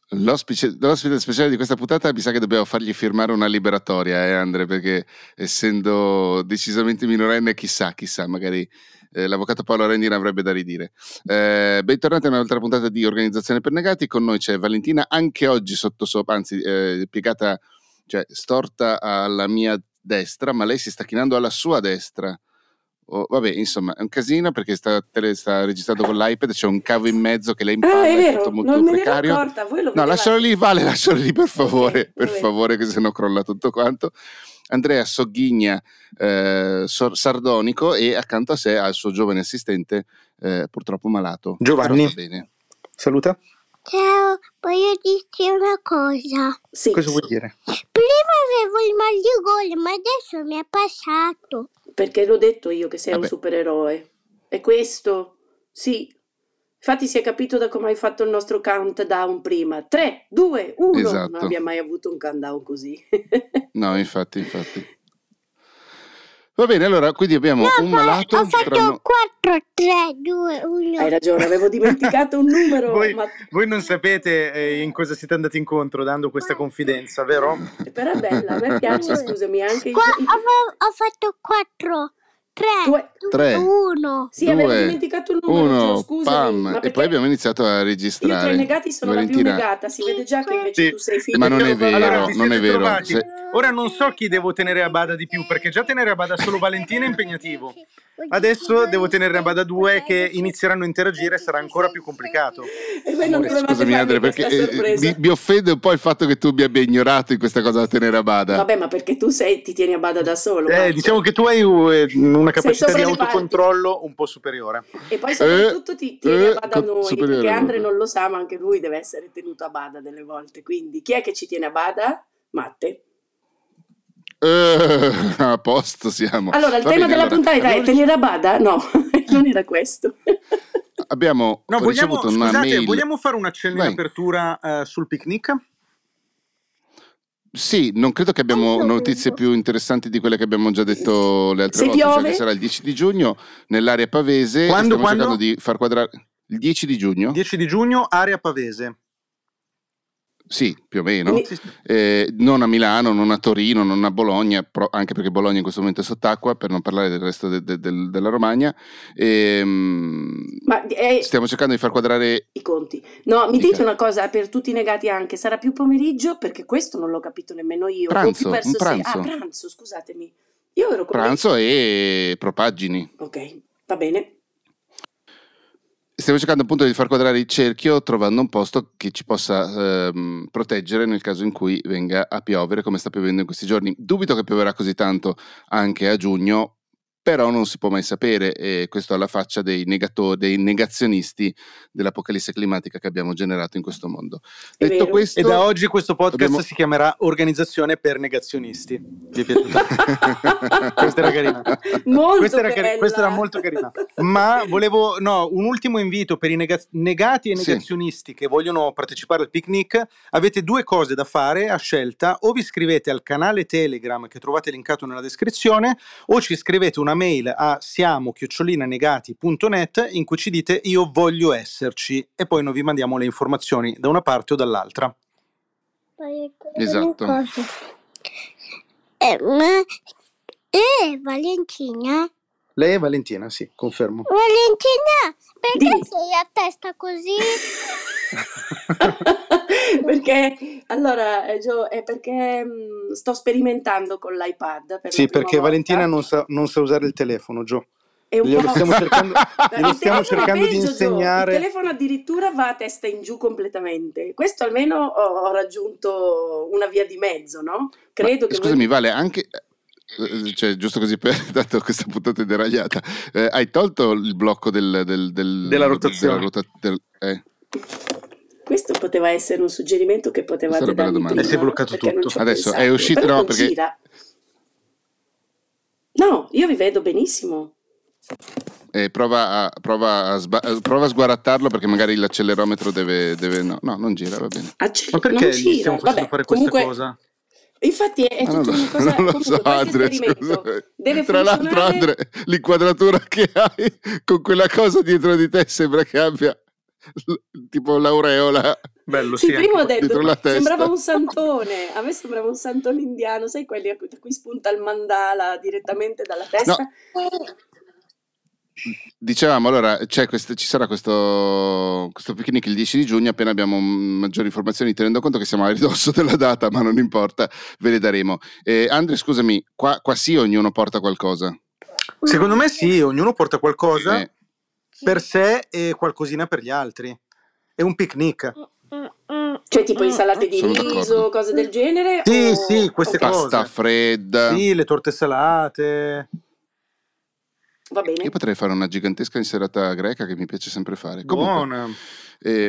L'ospite speciale di questa puntata mi sa che dobbiamo fargli firmare una liberatoria, Andre, perché essendo decisamente minorenne, chissà, magari l'avvocato Paolo Rendi ne avrebbe da ridire. Bentornati a un'altra puntata di Organizzazione per Negati. Con noi c'è Valentina, anche oggi piegata, cioè storta alla mia destra, ma lei si sta chinando alla sua destra. Vabbè, insomma, è un casino perché sta registrando con l'iPad, c'è un cavo in mezzo che lei impalla, è vero, tutto molto non me precario. ne ero accorta, voi lo No, lascialo lì, Vale, lascialo lì per favore, Okay, per favore, che sennò crolla tutto quanto. Andrea Sogghigna, sardonico, e accanto a sé ha il suo giovane assistente, purtroppo malato. Giovanni, bene. Saluta. Ciao, voglio dirti una cosa. Sì. Cosa vuoi dire? Prima avevo il mal di gola, ma adesso mi è passato. Perché l'ho detto io che sei Vabbè. un supereroe. E questo? Sì. Infatti si è capito da come hai fatto il nostro countdown prima. 3, 2, 1. Esatto. Non abbiamo mai avuto un countdown così. No, infatti. Va bene, allora, quindi abbiamo un malato. Ho fatto 4, 3, 2, 1. Hai ragione, avevo dimenticato un numero. Voi non sapete in cosa siete andati incontro dando questa confidenza, vero? Però è bella, a me piace, scusami, anche Ho fatto 4, 3, 1. Sì, avevo dimenticato il numero, scusami. Pam, Ma e perché poi abbiamo iniziato a io tra registrare. i negati sono Valentina, la più negata, si vede già che invece Sì. tu sei figlio. Ma non è vero, Allora, vi non è siete vero. trovati. Ora non so chi devo tenere a bada di più, perché già tenere a bada solo Valentina è impegnativo. Adesso devo tenere a bada due che inizieranno a interagire e sarà ancora più complicato. E voi non dovevate Scusami, farmi Andre, questa perché sorpresa. mi offende un po' il fatto che tu mi abbia ignorato in questa cosa da tenere a bada. Vabbè, ma perché tu ti tieni a bada da solo. Marco. Diciamo che tu hai una capacità sopra di le parti. autocontrollo un po' superiore. E poi soprattutto ti tieni a bada noi, superiore, perché Andre proprio. non lo sa, ma anche lui deve essere tenuto a bada delle volte. Quindi chi è che ci tiene a bada? Matte. A posto siamo. Allora, il Va tema bene, della puntata è tenere a bada? No, non era questo. abbiamo ricevuto una mail. Vogliamo fare un accenno in Vai. apertura sul picnic? Sì, non credo che abbiamo notizie più interessanti di quelle che abbiamo già detto le altre Se volte, cioè piove? che sarà il 10 di giugno nell'area pavese. Quando? Cercando di far quadrare il 10 di giugno. 10 di giugno, area pavese. Sì, più o meno. Non a Milano, non a Torino, non a Bologna, anche perché Bologna in questo momento è sott'acqua, per non parlare del resto della Romagna. Stiamo cercando di far quadrare i conti. No, mi dite una cosa per tutti i negati anche, sarà più pomeriggio? Perché questo non l'ho capito nemmeno io. Pranzo, o più verso un pranzo. Pranzo, scusatemi. Io ero pranzo e propaggini. Ok, va bene. Stiamo cercando appunto di far quadrare il cerchio trovando un posto che ci possa proteggere nel caso in cui venga a piovere come sta piovendo in questi giorni. Dubito che pioverà così tanto anche a giugno, però non si può mai sapere, e questo alla faccia dei negazionisti dell'apocalisse climatica che abbiamo generato in questo mondo. È Detto vero. questo, E da oggi questo podcast si chiamerà Organizzazione per Negazionisti. Vi è piaciuta? Questa era carina. Questa era molto carina. Ma volevo, un ultimo invito per i negati e negazionisti che vogliono partecipare al picnic. Avete due cose da fare a scelta: o vi iscrivete al canale Telegram che trovate linkato nella descrizione, o ci scrivete una mail a siamo@negati.net in cui ci dite io voglio esserci, e poi noi vi mandiamo le informazioni da una parte o dall'altra. Esatto. Valentina? Lei è Valentina, sì, confermo. Valentina, perché sei a testa così? Perché allora è perché sto sperimentando con l'iPad per sì, perché Valentina non sa usare il telefono, Gio. Glielo stiamo cercando di insegnare. Il telefono addirittura va a testa in giù completamente. Questo almeno ho raggiunto una via di mezzo, no? Credo che scusami, Vale, anche cioè, giusto così dato questa puntata è deragliata, hai tolto il blocco della rotazione? Questo poteva essere un suggerimento che potevate darmi prima. E si è bloccato tutto. Adesso è uscito, però no, perché gira. No, io vi vedo benissimo. Prova a sguarattarlo, perché magari l'accelerometro deve no, non gira, va bene. Ma perché gli stiamo facendo fare questa cosa? Infatti è tutta una cosa. Non lo so, Andre, deve tra l'altro, Andre, l'inquadratura che hai con quella cosa dietro di te sembra che abbia tipo l'aureola. Bello, sì. Il primo ho detto, sembrava un santone, a me sembrava un santone indiano, sai quelli a cui spunta il mandala direttamente dalla testa? No. Dicevamo, allora, ci sarà questo picnic il 10 di giugno, appena abbiamo maggiori informazioni, tenendo conto che siamo a ridosso della data, ma non importa, ve le daremo. Andre, scusami, qua sì ognuno porta qualcosa? Secondo me sì, ognuno porta qualcosa per sé e qualcosina per gli altri. È un picnic. Cioè tipo insalate di riso, cose del genere? Sì, queste cose. Pasta fredda. Sì, le torte salate. Va bene. Io potrei fare una gigantesca insalata greca che mi piace sempre fare. Buona. Comunque,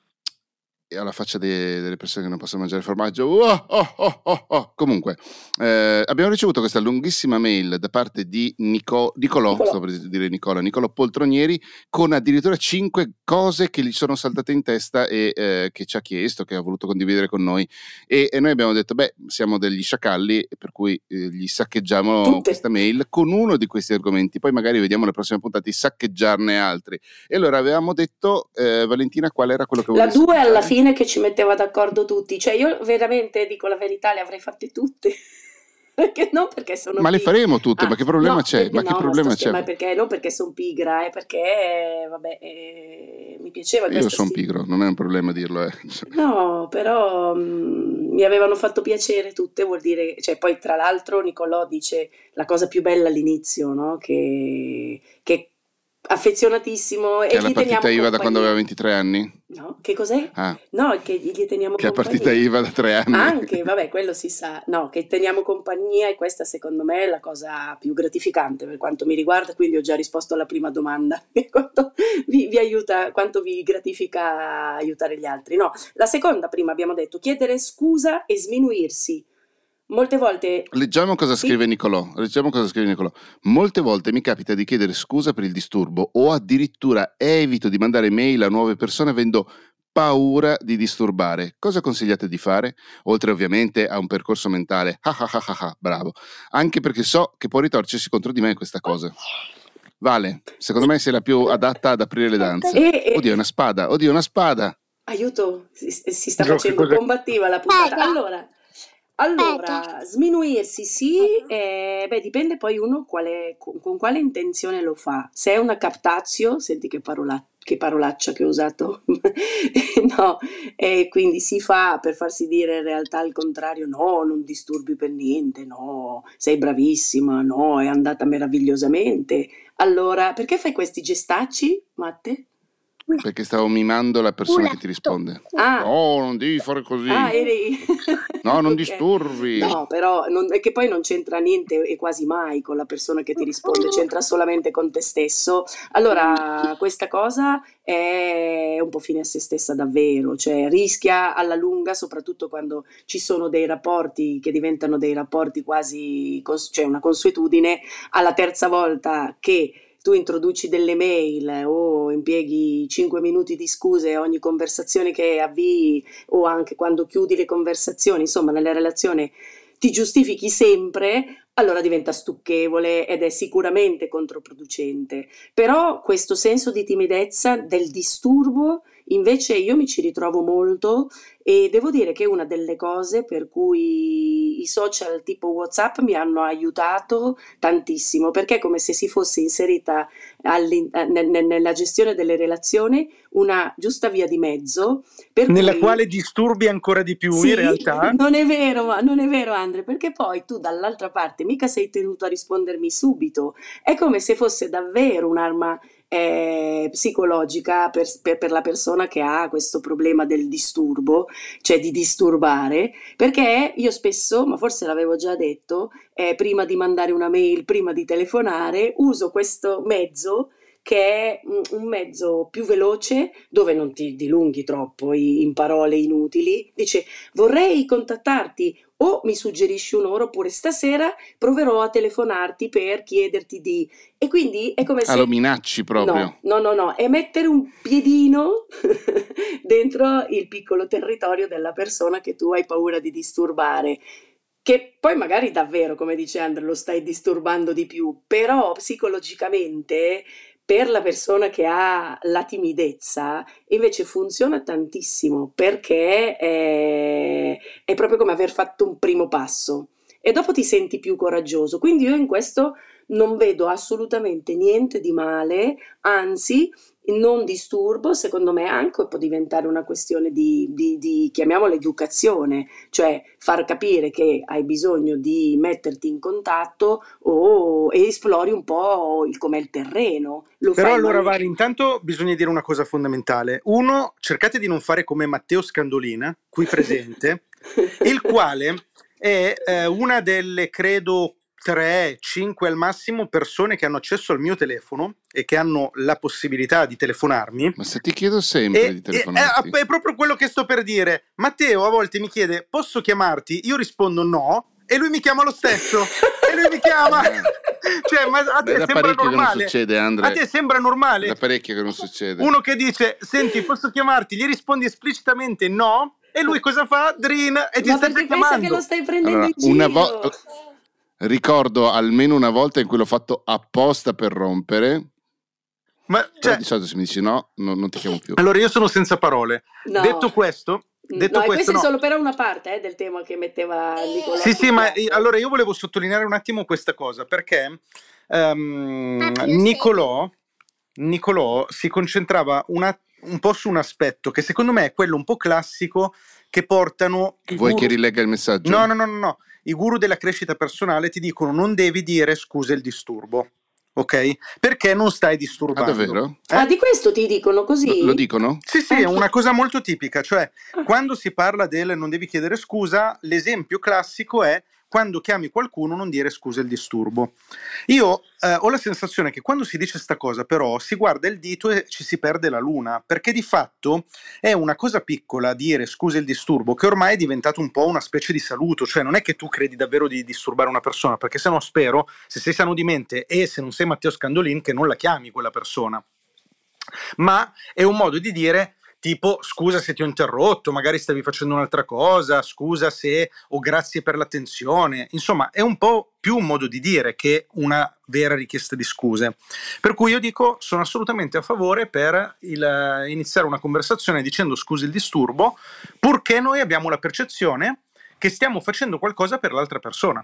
e alla faccia delle persone che non possono mangiare formaggio. Comunque, abbiamo ricevuto questa lunghissima mail da parte di Nicolò Poltronieri, con addirittura 5 cose che gli sono saltate in testa e che ci ha chiesto, che ha voluto condividere con noi, e noi abbiamo detto, siamo degli sciacalli, per cui gli saccheggiamo questa mail con uno di questi argomenti, poi magari vediamo le prossime puntate di saccheggiarne altri. E allora avevamo detto, Valentina, qual era quello che volevi? La 2 alla fine, che ci metteva d'accordo tutti, cioè io veramente dico la verità, le avrei fatte tutte. Perché sono le faremo tutte, ma che problema c'è? Ma perché non perché sono pigra, è perché mi piaceva io sono pigro, non è un problema dirlo. No, però mi avevano fatto piacere tutte, vuol dire, cioè poi tra l'altro Nicolò dice la cosa più bella all'inizio, no? Che affezionatissimo, che e è la partita IVA da quando aveva 23 anni? No, che cos'è? No, che gli teniamo che compagnia. Che è partita IVA da 3 anni. Anche, vabbè, quello si sa. No, che teniamo compagnia, e questa secondo me è la cosa più gratificante per quanto mi riguarda, quindi ho già risposto alla prima domanda. Quanto vi aiuta, quanto vi gratifica aiutare gli altri. No, la seconda, prima abbiamo detto, chiedere scusa e sminuirsi. Molte volte... Leggiamo cosa scrive Nicolò. Molte volte mi capita di chiedere scusa per il disturbo, o addirittura evito di mandare mail a nuove persone avendo paura di disturbare. Cosa consigliate di fare? Oltre ovviamente a un percorso mentale. Bravo. Anche perché so che può ritorcersi contro di me questa cosa. Vale, secondo me sei la più adatta ad aprire le danze. Oddio, una spada. Aiuto, si sta facendo combattiva la puntata. Allora, sminuirsi sì, dipende poi uno con quale intenzione lo fa. Se è una captatio, senti che parolaccia che ho usato, no, quindi si fa per farsi dire in realtà al contrario, no, non disturbi per niente, no, sei bravissima, no, è andata meravigliosamente. Allora, perché fai questi gestacci, Matte? Perché stavo mimando la persona che ti risponde. No, non devi fare così. No, non disturbi. No, però è che poi non c'entra niente e quasi mai con la persona che ti risponde, c'entra solamente con te stesso. Allora, questa cosa è un po' fine a se stessa davvero, cioè rischia alla lunga, soprattutto quando ci sono dei rapporti che diventano dei rapporti quasi, cioè una consuetudine, alla terza volta che tu introduci delle mail o impieghi 5 minuti di scuse a ogni conversazione che avvii, o anche quando chiudi le conversazioni, insomma nella relazione ti giustifichi sempre, allora diventa stucchevole ed è sicuramente controproducente. Però questo senso di timidezza, del disturbo, invece io mi ci ritrovo molto, e devo dire che è una delle cose per cui i social tipo WhatsApp mi hanno aiutato tantissimo, perché è come se si fosse inserita nella gestione delle relazioni una giusta via di mezzo nella quale disturbi ancora di più. Sì, in realtà non è vero Andre, perché poi tu dall'altra parte mica sei tenuto a rispondermi subito, è come se fosse davvero un'arma psicologica per la persona che ha questo problema del disturbo, cioè di disturbare, perché io spesso, ma forse l'avevo già detto, prima di mandare una mail, prima di telefonare, uso questo mezzo, che è un mezzo più veloce, dove non ti dilunghi troppo in parole inutili. Dice: vorrei contattarti, o mi suggerisci un'ora, oppure stasera proverò a telefonarti per chiederti di... E quindi è come se... lo minacci proprio. No, è mettere un piedino dentro il piccolo territorio della persona che tu hai paura di disturbare, che poi magari davvero, come dice Andre, lo stai disturbando di più, però psicologicamente per la persona che ha la timidezza invece funziona tantissimo, perché è proprio come aver fatto un primo passo e dopo ti senti più coraggioso. Quindi io in questo non vedo assolutamente niente di male, anzi non disturbo, secondo me anche può diventare una questione di chiamiamola educazione, cioè far capire che hai bisogno di metterti in contatto e esplori un po' com'è il terreno. Però allora Vale, intanto bisogna dire una cosa fondamentale. Uno, cercate di non fare come Matteo Scandolina, qui presente, il quale è una delle, credo, 3, 5 al massimo persone che hanno accesso al mio telefono e che hanno la possibilità di telefonarmi. Ma se ti chiedo sempre di telefonarti. È proprio quello che sto per dire. Matteo a volte mi chiede: posso chiamarti? Io rispondo no e lui mi chiama lo stesso. E lui mi chiama. Cioè, ma a te sembra normale? Che non succede, Andre. A te sembra normale? Da parecchio che non succede. Uno che dice: senti, posso chiamarti? Gli rispondi esplicitamente no e lui cosa fa? Drin, e ti sta chiamando. Ma pensa che lo stai prendendo in giro? Ricordo almeno una volta in cui l'ho fatto apposta per rompere. Ma cioè, di solito se mi dici no, non ti chiamo più. Allora io sono senza parole. No. Detto questo, questa è solo però una parte del tema che metteva Nicolò. Sì, ma allora io volevo sottolineare un attimo questa cosa, perché Nicolò si concentrava un po' su un aspetto che secondo me è quello un po' classico che portano Vuoi che rilegga il messaggio? No. I guru della crescita personale ti dicono: non devi dire scusa il disturbo, ok? Perché non stai disturbando. Ah, davvero? Di questo ti dicono così? Lo dicono? Sì, è una cosa molto tipica, cioè quando si parla del non devi chiedere scusa, l'esempio classico è: quando chiami qualcuno non dire scusa il disturbo. Io ho la sensazione che quando si dice sta cosa però si guarda il dito e ci si perde la luna, perché di fatto è una cosa piccola dire scusa il disturbo che ormai è diventato un po' una specie di saluto, cioè non è che tu credi davvero di disturbare una persona, perché se no spero, se sei sano di mente e se non sei Matteo Scandolin, che non la chiami quella persona, ma è un modo di dire tipo scusa se ti ho interrotto, magari stavi facendo un'altra cosa, scusa se o grazie per l'attenzione, insomma è un po' più un modo di dire che una vera richiesta di scuse, per cui io dico sono assolutamente a favore per iniziare una conversazione dicendo scusi il disturbo, purché noi abbiamo la percezione che stiamo facendo qualcosa per l'altra persona,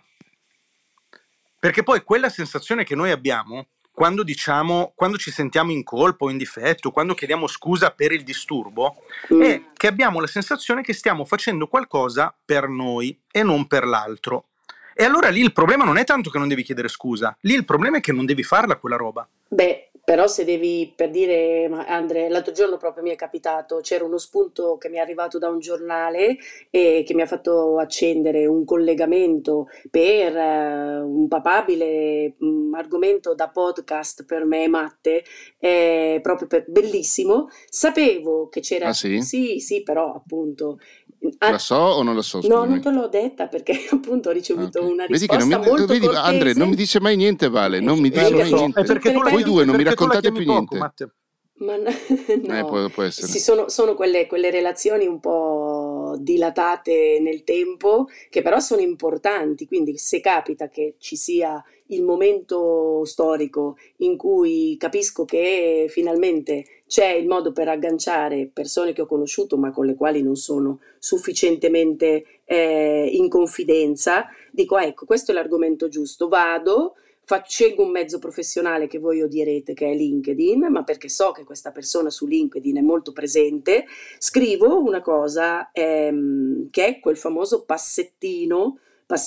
perché poi quella sensazione che noi abbiamo quando ci sentiamo in colpa o in difetto, quando chiediamo scusa per il disturbo, è che abbiamo la sensazione che stiamo facendo qualcosa per noi e non per l'altro. E allora lì il problema non è tanto che non devi chiedere scusa, lì il problema è che non devi farla quella roba. Beh, però se devi, per dire, Andre, l'altro giorno proprio mi è capitato, c'era uno spunto che mi è arrivato da un giornale e che mi ha fatto accendere un collegamento per un papabile argomento da podcast per me matte, proprio bellissimo. Sapevo che c'era... Ah sì? Sì, però appunto... La so o non la so? No, non te l'ho detta perché appunto ho ricevuto una Vedi risposta che molto cortese. Andre, non mi dice mai niente, Vale, non mi dice mai niente. È perché voi due non mi raccontate più niente. Ma no, può essere. Sì, sono quelle relazioni un po' dilatate nel tempo, che però sono importanti, quindi se capita che ci sia il momento storico in cui capisco che finalmente c'è il modo per agganciare persone che ho conosciuto ma con le quali non sono sufficientemente in confidenza, dico ecco, questo è l'argomento giusto, vado, scelgo un mezzo professionale che voi odierete che è LinkedIn, ma perché so che questa persona su LinkedIn è molto presente, scrivo una cosa che è quel famoso passettino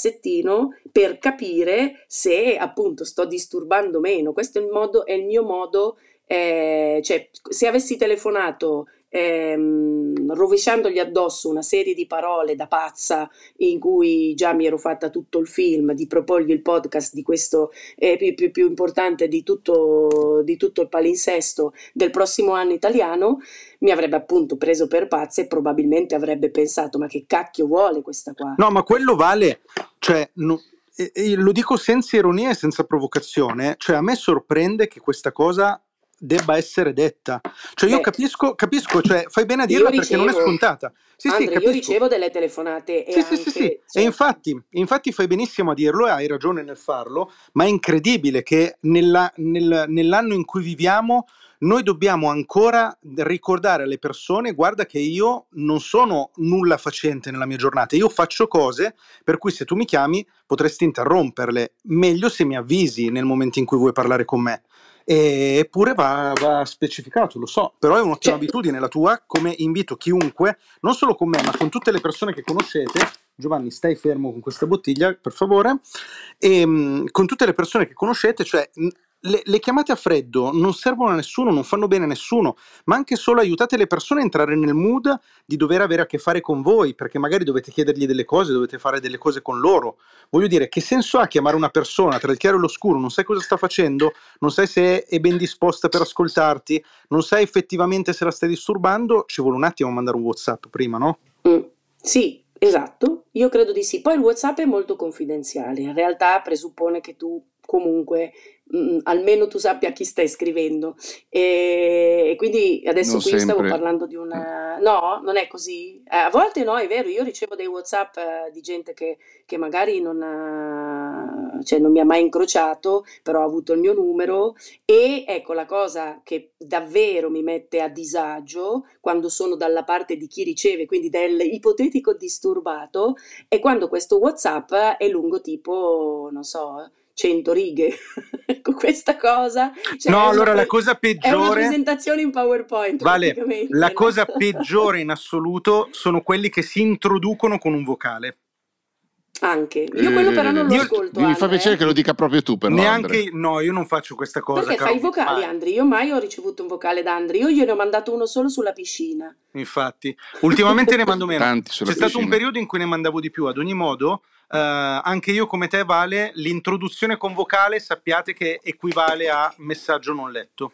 per capire se appunto sto disturbando o meno. Questo è il mio modo, cioè se avessi telefonato rovesciandogli addosso una serie di parole da pazza in cui già mi ero fatta tutto il film di proporgli il podcast di questo più importante di tutto il palinsesto del prossimo anno italiano, mi avrebbe appunto preso per pazza e probabilmente avrebbe pensato ma che cacchio vuole questa qua. No, ma quello vale, cioè lo dico senza ironia e senza provocazione, cioè a me sorprende che questa cosa debba essere detta. Cioè io capisco, cioè fai bene a dirla perché non è scontata. Andrea, io ricevo delle telefonate e sì. Certo. E infatti fai benissimo a dirlo e hai ragione nel farlo, ma è incredibile che nell'anno in cui viviamo noi dobbiamo ancora ricordare alle persone: guarda che io non sono nulla facente nella mia giornata, io faccio cose per cui se tu mi chiami potresti interromperle, meglio se mi avvisi nel momento in cui vuoi parlare con me. Eppure va specificato, lo so, però è un'ottima abitudine la tua, come invito chiunque, non solo con me ma con tutte le persone che conoscete. Giovanni, stai fermo con questa bottiglia per favore. Con tutte le persone che conoscete, cioè le chiamate a freddo non servono a nessuno, non fanno bene a nessuno, ma anche solo aiutate le persone a entrare nel mood di dover avere a che fare con voi, perché magari dovete chiedergli delle cose, dovete fare delle cose con loro. Voglio dire, che senso ha chiamare una persona tra il chiaro e l'oscuro, non sai cosa sta facendo, non sai se è ben disposta per ascoltarti, non sai effettivamente se la stai disturbando, ci vuole un attimo a mandare un WhatsApp prima, no? Sì, esatto, io credo di sì. Poi il WhatsApp è molto confidenziale, in realtà presuppone che tu comunque almeno tu sappia a chi stai scrivendo, e quindi adesso Non qui sempre. stavo parlando di una... No, non è così. A volte no, è vero, io ricevo dei WhatsApp di gente che magari non mi ha mai incrociato, però ha avuto il mio numero. E ecco, la cosa che davvero mi mette a disagio quando sono dalla parte di chi riceve, quindi del ipotetico disturbato, è quando questo WhatsApp è lungo tipo, non so, 100 righe. Ecco, questa cosa, cioè, no, allora la cosa peggiore è una presentazione in PowerPoint, Vale, praticamente, la no? cosa peggiore in assoluto sono quelli che si introducono con un vocale. Anche io quello però non lo ascolto. Mi fa piacere che lo dica proprio tu, però. Neanche no, io non faccio questa cosa. Perché fai i vocali, Andri? Io mai ho ricevuto un vocale da Andri. Io gliene ho mandato uno solo sulla piscina. Infatti, ultimamente ne mando meno. Tanti sulla C'è stato un periodo in cui ne mandavo di più. Ad ogni modo, anche io come te, Vale, l'introduzione con vocale sappiate che equivale a messaggio non letto.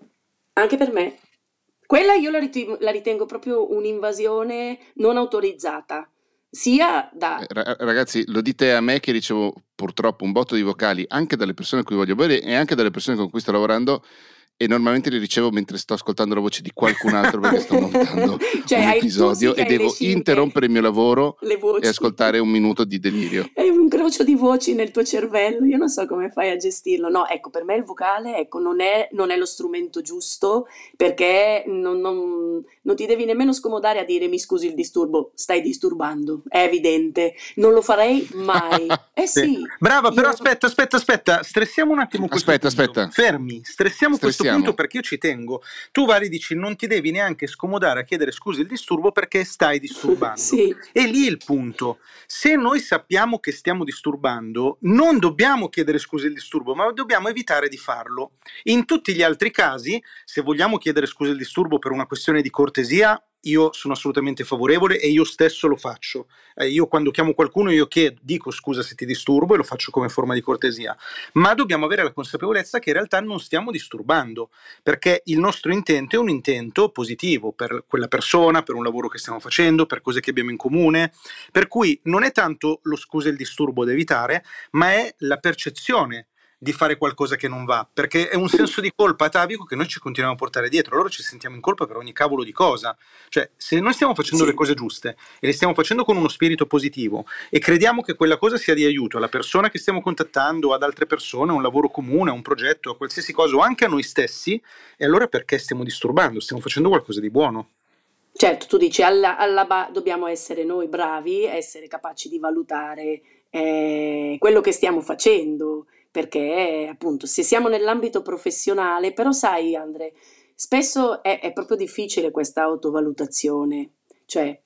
Anche per me. Quella io la ritengo proprio un'invasione non autorizzata. Sia da... Ragazzi, lo dite a me che ricevo purtroppo un botto di vocali anche dalle persone a cui voglio bene e anche dalle persone con cui sto lavorando, e normalmente li ricevo mentre sto ascoltando la voce di qualcun altro perché sto montando un episodio e devo interrompere il mio lavoro e ascoltare un minuto di delirio. È un incrocio di voci nel tuo cervello, io non so come fai a gestirlo. No, ecco, per me il vocale, ecco, non è lo strumento giusto, perché non ti devi nemmeno scomodare a dire: mi scusi il disturbo, stai disturbando, è evidente, non lo farei mai. Sì. Brava, però aspetta, stressiamo un attimo questo punto. Aspetta. Fermi, stressiamo questo punto, perché io ci tengo. Tu, Vari, dici non ti devi neanche scomodare a chiedere scusi il disturbo perché stai disturbando. Sì. E lì il punto: se noi sappiamo che stiamo disturbando, non dobbiamo chiedere scusi il disturbo, ma dobbiamo evitare di farlo. In tutti gli altri casi, se vogliamo chiedere scusi il disturbo per una questione di cortesia, io sono assolutamente favorevole e io stesso lo faccio. Io quando chiamo qualcuno dico scusa se ti disturbo, e lo faccio come forma di cortesia, ma dobbiamo avere la consapevolezza che in realtà non stiamo disturbando, perché il nostro intento è un intento positivo per quella persona, per un lavoro che stiamo facendo, per cose che abbiamo in comune, per cui non è tanto lo scusa e il disturbo da evitare, ma è la percezione di fare qualcosa che non va, perché è un senso di colpa atavico che noi ci continuiamo a portare dietro. Allora ci sentiamo in colpa per ogni cavolo di cosa. Cioè, se noi stiamo facendo le cose giuste e le stiamo facendo con uno spirito positivo e crediamo che quella cosa sia di aiuto alla persona che stiamo contattando, ad altre persone, a un lavoro comune, a un progetto, a qualsiasi cosa, o anche a noi stessi, e allora perché stiamo disturbando? Stiamo facendo qualcosa di buono. Certo, tu dici dobbiamo essere noi bravi, essere capaci di valutare quello che stiamo facendo, perché appunto se siamo nell'ambito professionale, però sai, Andre, spesso è proprio difficile questa autovalutazione, cioè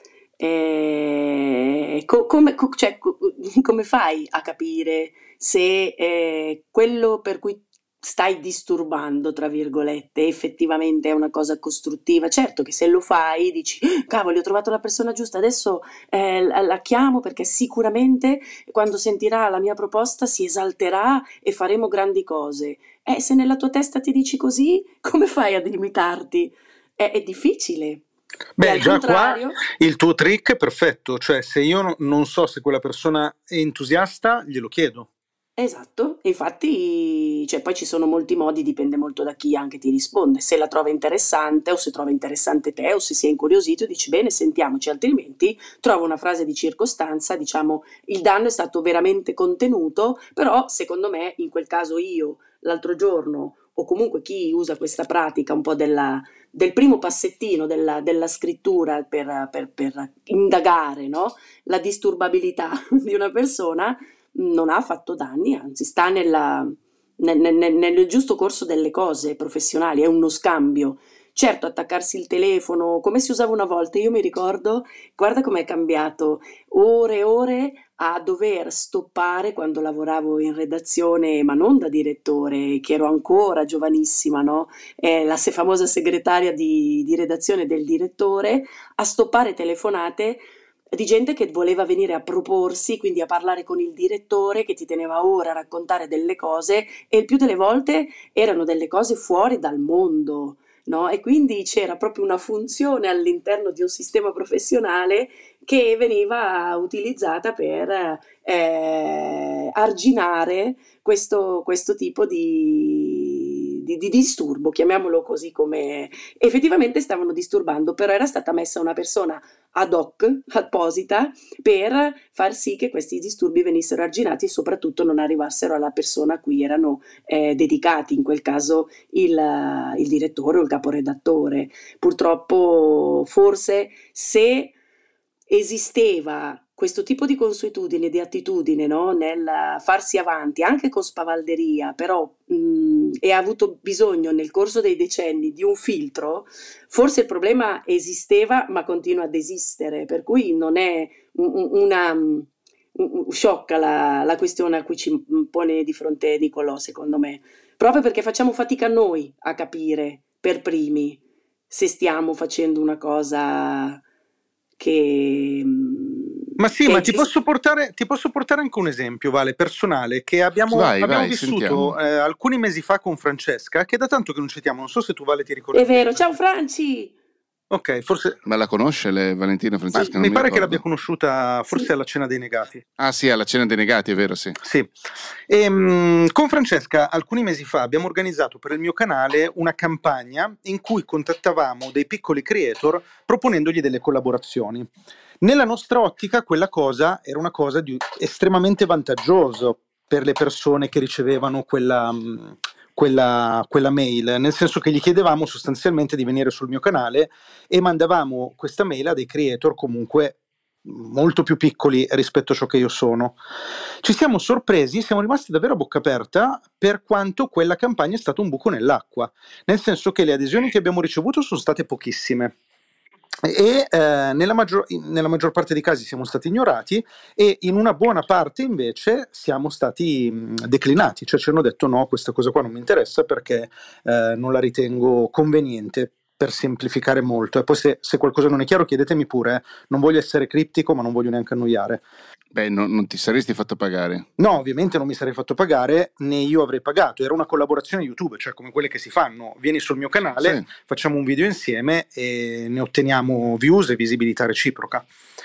come fai a capire se quello per cui stai disturbando, tra virgolette, effettivamente è una cosa costruttiva? Certo che se lo fai dici: cavoli, ho trovato la persona giusta, adesso la chiamo perché sicuramente quando sentirà la mia proposta si esalterà e faremo grandi cose. Se nella tua testa ti dici così, come fai a limitarti? È difficile. Beh, già qua il tuo trick è perfetto, cioè se io non so se quella persona è entusiasta, glielo chiedo. Esatto, infatti, cioè, poi ci sono molti modi, dipende molto da chi anche ti risponde, se la trova interessante o se trova interessante te o se si è incuriosito dici bene, sentiamoci, altrimenti trova una frase di circostanza, diciamo il danno è stato veramente contenuto, però secondo me in quel caso io l'altro giorno o comunque chi usa questa pratica un po' del primo passettino della scrittura per indagare, no? La disturbabilità di una persona non ha fatto danni, anzi sta nel giusto corso delle cose professionali, è uno scambio. Certo, attaccarsi il telefono, come si usava una volta, io mi ricordo, guarda com'è cambiato, ore e ore a dover stoppare quando lavoravo in redazione, ma non da direttore, che ero ancora giovanissima, no? La famosa segretaria di redazione del direttore, a stoppare telefonate di gente che voleva venire a proporsi, quindi a parlare con il direttore che ti teneva ora a raccontare delle cose e il più delle volte erano delle cose fuori dal mondo, no? E quindi c'era proprio una funzione all'interno di un sistema professionale che veniva utilizzata per arginare questo tipo di disturbo, chiamiamolo così, come effettivamente stavano disturbando, però era stata messa una persona ad hoc, apposita, per far sì che questi disturbi venissero arginati e soprattutto non arrivassero alla persona a cui erano dedicati, in quel caso il direttore o il caporedattore. Purtroppo, forse, se esisteva questo tipo di consuetudine, di attitudine, no? Nel farsi avanti, anche con spavalderia, però e ha avuto bisogno nel corso dei decenni di un filtro, forse il problema esisteva ma continua ad esistere, per cui non è una sciocca la questione a cui ci pone di fronte Nicolò, secondo me, proprio perché facciamo fatica noi a capire per primi se stiamo facendo una cosa che ma sì, ma ti posso portare anche un esempio, Vale, personale, che abbiamo vissuto alcuni mesi fa con Francesca, che da tanto che non citiamo, non so se tu, Vale, ti ricordi. È vero, ciao Franci! Ok, forse. Ma la conosce Valentina Francesca? Mi pare che l'abbia conosciuta forse alla Cena dei Negati. Ah sì, alla Cena dei Negati, è vero, sì. Sì. Con Francesca alcuni mesi fa abbiamo organizzato per il mio canale una campagna in cui contattavamo dei piccoli creator proponendogli delle collaborazioni. Nella nostra ottica quella cosa era una cosa di estremamente vantaggioso per le persone che ricevevano quella mail, nel senso che gli chiedevamo sostanzialmente di venire sul mio canale e mandavamo questa mail a dei creator comunque molto più piccoli rispetto a ciò che io sono. Ci siamo sorpresi, siamo rimasti davvero a bocca aperta per quanto quella campagna è stato un buco nell'acqua, nel senso che le adesioni che abbiamo ricevuto sono state pochissime e nella maggior parte dei casi siamo stati ignorati e in una buona parte invece siamo stati declinati, cioè ci hanno detto no, questa cosa qua non mi interessa perché non la ritengo conveniente, per semplificare molto, e poi se qualcosa non è chiaro chiedetemi pure, non voglio essere criptico ma non voglio neanche annoiare. Beh, non ti saresti fatto pagare? No, ovviamente non mi sarei fatto pagare, né io avrei pagato, era una collaborazione YouTube, cioè come quelle che si fanno, vieni sul mio canale, sì, facciamo un video insieme e ne otteniamo views e visibilità reciproca.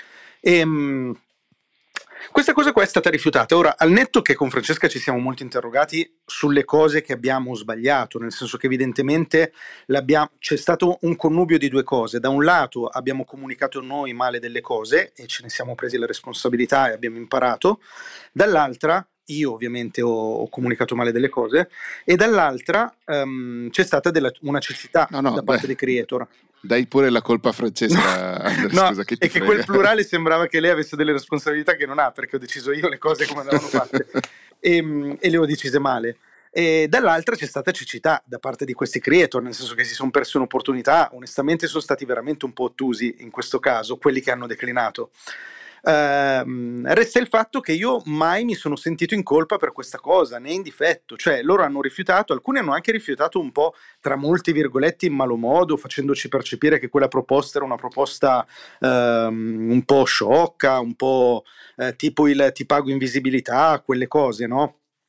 Questa cosa qua è stata rifiutata. Ora, al netto che con Francesca ci siamo molto interrogati sulle cose che abbiamo sbagliato, nel senso che evidentemente c'è stato un connubio di due cose. Da un lato abbiamo comunicato noi male delle cose e ce ne siamo presi la responsabilità e abbiamo imparato, dall'altra io ovviamente ho comunicato male delle cose e dall'altra c'è stata una cecità da parte dei creator. Dai pure la colpa a Francesca. No, scusa, che quel plurale sembrava che lei avesse delle responsabilità che non ha, perché ho deciso io le cose come andavano fatte e le ho decise male. E dall'altra c'è stata cecità da parte di questi creator, nel senso che si sono persi un'opportunità. Onestamente sono stati veramente un po' ottusi in questo caso, quelli che hanno declinato. Resta il fatto che io mai mi sono sentito in colpa per questa cosa, né in difetto, cioè loro hanno rifiutato, alcuni hanno anche rifiutato un po' tra molti virgolette in malo modo, facendoci percepire che quella proposta era una proposta un po' sciocca, un po' tipo il ti pago in visibilità, quelle cose, no?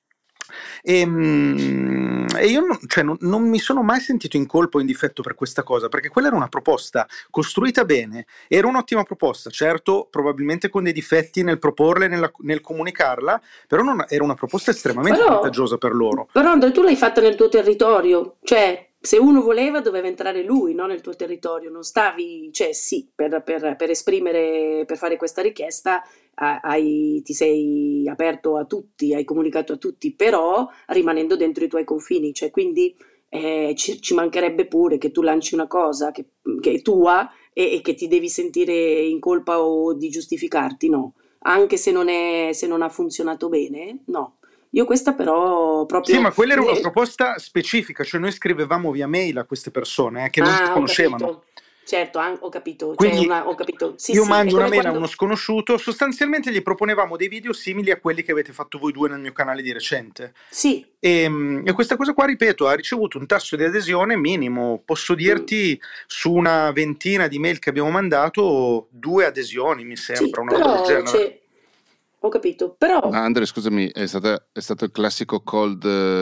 E io non mi sono mai sentito in colpa o in difetto per questa cosa, perché quella era una proposta costruita bene, era un'ottima proposta, certo probabilmente con dei difetti nel proporla e nel comunicarla, però era una proposta estremamente vantaggiosa per loro. Però Andrea, tu l'hai fatta nel tuo territorio, cioè se uno voleva doveva entrare lui, no? Nel tuo territorio, non stavi, cioè sì, per esprimere, per fare questa richiesta ti sei aperto a tutti, hai comunicato a tutti, però rimanendo dentro i tuoi confini, cioè quindi ci mancherebbe pure che tu lanci una cosa che è tua e che ti devi sentire in colpa o di giustificarti, no, anche se non ha funzionato bene, no. Io questa però proprio... Sì, ma quella era una proposta specifica, cioè noi scrivevamo via mail a queste persone che non si conoscevano. Capito. Certo, ho capito. Quindi ho capito. Sì, io mangio una mail a uno sconosciuto, sostanzialmente gli proponevamo dei video simili a quelli che avete fatto voi due nel mio canale di recente. Sì. E questa cosa qua, ripeto, ha ricevuto un tasso di adesione minimo. Posso dirti su una ventina di mail che abbiamo mandato 2 adesioni, mi sembra, una roba del genere. Ho capito, però... Andrea, scusami, è stato il classico cold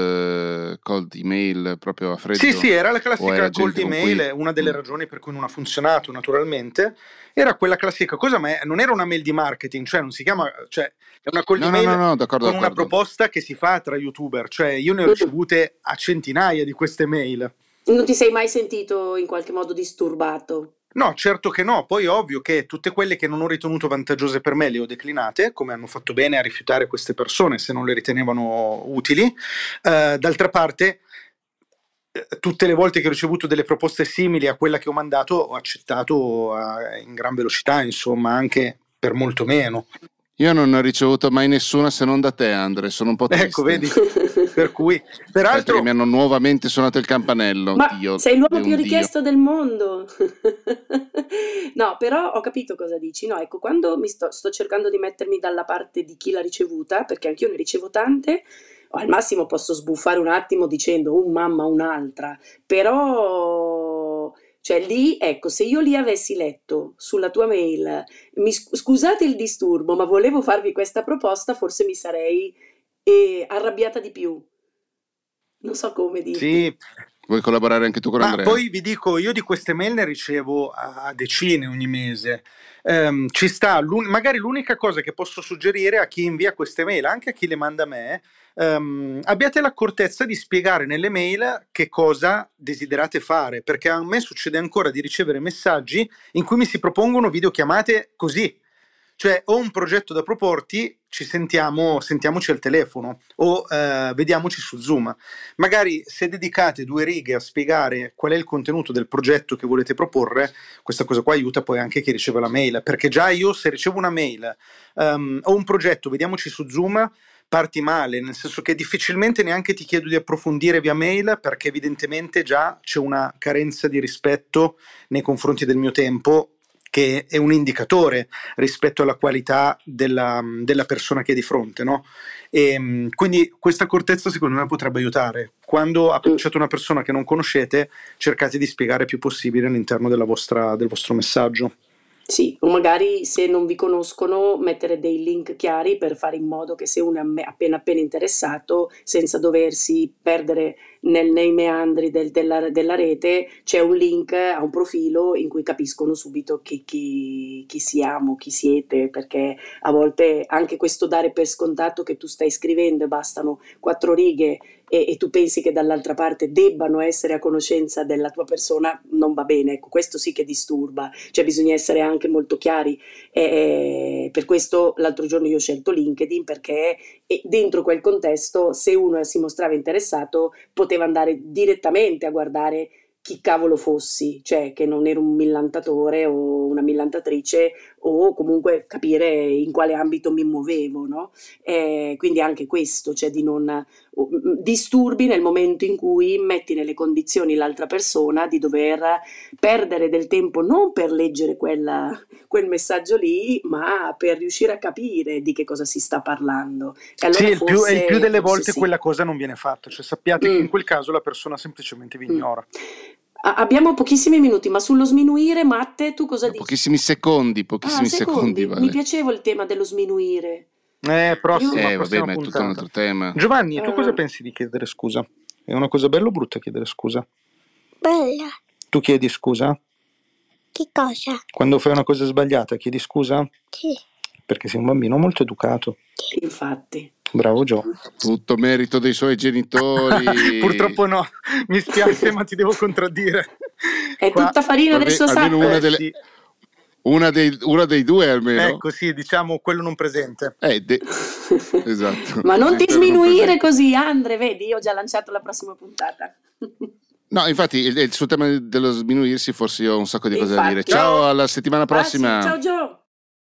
email proprio a freddo? Sì, era la classica cold email, una delle ragioni per cui non ha funzionato naturalmente, era quella classica cosa, ma non era una mail di marketing, cioè non si chiama, cioè è una cold email d'accordo. Una proposta che si fa tra youtuber, cioè io ne ho ricevute a centinaia di queste mail. Non ti sei mai sentito in qualche modo disturbato? No, certo che no, poi è ovvio che tutte quelle che non ho ritenuto vantaggiose per me le ho declinate, come hanno fatto bene a rifiutare queste persone se non le ritenevano utili. D'altra parte, tutte le volte che ho ricevuto delle proposte simili a quella che ho mandato ho accettato in gran velocità, insomma, anche per molto meno. Io non ho ricevuto mai nessuna se non da te, Andre, sono un po' triste. Ecco, vedi, per cui peraltro mi hanno nuovamente suonato il campanello. Ma sei l'uomo più richiesto del mondo. No, però ho capito cosa dici. No, ecco, quando sto cercando di mettermi dalla parte di chi l'ha ricevuta, perché anch'io ne ricevo tante, o al massimo posso sbuffare un attimo dicendo mamma, un'altra, però... Cioè lì, ecco, se io lì avessi letto sulla tua mail, scusate il disturbo, ma volevo farvi questa proposta, forse mi sarei arrabbiata di più. Non so come dirti. Sì. Vuoi collaborare anche tu con Andrea? Poi vi dico, io di queste mail ne ricevo a decine ogni mese. Ci sta, magari l'unica cosa che posso suggerire a chi invia queste mail, anche a chi le manda a me, abbiate l'accortezza di spiegare nelle mail che cosa desiderate fare, perché a me succede ancora di ricevere messaggi in cui mi si propongono videochiamate così, cioè ho un progetto da proporti, sentiamoci al telefono o vediamoci su Zoom. Magari se dedicate 2 righe a spiegare qual è il contenuto del progetto che volete proporre, questa cosa qua aiuta poi anche chi riceve la mail, perché già io se ricevo una mail ho un progetto, vediamoci su Zoom, parti male, nel senso che difficilmente neanche ti chiedo di approfondire via mail, perché evidentemente già c'è una carenza di rispetto nei confronti del mio tempo, che è un indicatore rispetto alla qualità della persona che è di fronte, no? E quindi questa accortezza secondo me potrebbe aiutare. Quando approcciate una persona che non conoscete, cercate di spiegare il più possibile all'interno del vostro messaggio. Sì, o magari se non vi conoscono mettere dei link chiari per fare in modo che se uno è appena interessato, senza doversi perdere nei meandri della rete, c'è un link a un profilo in cui capiscono subito chi siamo, chi siete, perché a volte anche questo dare per scontato che tu stai scrivendo e bastano 4 righe e tu pensi che dall'altra parte debbano essere a conoscenza della tua persona, non va bene. Ecco, questo sì che disturba, cioè bisogna essere anche molto chiari. Per questo l'altro giorno io ho scelto LinkedIn, perché dentro quel contesto, se uno si mostrava interessato, poteva andare direttamente a guardare chi cavolo fossi, cioè che non ero un millantatore o una millantatrice, o comunque capire in quale ambito mi muovevo, no? Quindi anche questo, cioè di non disturbi nel momento in cui metti nelle condizioni l'altra persona di dover perdere del tempo non per leggere quel messaggio lì, ma per riuscire a capire di che cosa si sta parlando. E allora il più delle volte sì, quella cosa non viene fatta, cioè sappiate che in quel caso la persona semplicemente vi ignora. Abbiamo pochissimi minuti, ma sullo sminuire, Matte, tu cosa dici? Pochissimi secondi. Mi piaceva il tema dello sminuire. Prossima vabbè, ma è puntata. tutto un altro tema. Giovanni, tu cosa pensi di chiedere scusa? È una cosa bella o brutta chiedere scusa? Bella. Tu chiedi scusa? Che cosa? Quando fai una cosa sbagliata chiedi scusa? Sì. Perché sei un bambino molto educato. Infatti. Bravo Gio. Tutto merito dei suoi genitori. Purtroppo no, mi spiace ma ti devo contraddire. È tutta farina del suo sacco. Sì. Una dei due almeno. Ecco, sì, diciamo quello non presente. Esatto. Ma non ti sminuire così, Andre, vedi, io ho già lanciato la prossima puntata. No, infatti il suo tema dello sminuirsi, forse io ho un sacco di cose da dire. Ciao, alla settimana prossima. Ciao Gio.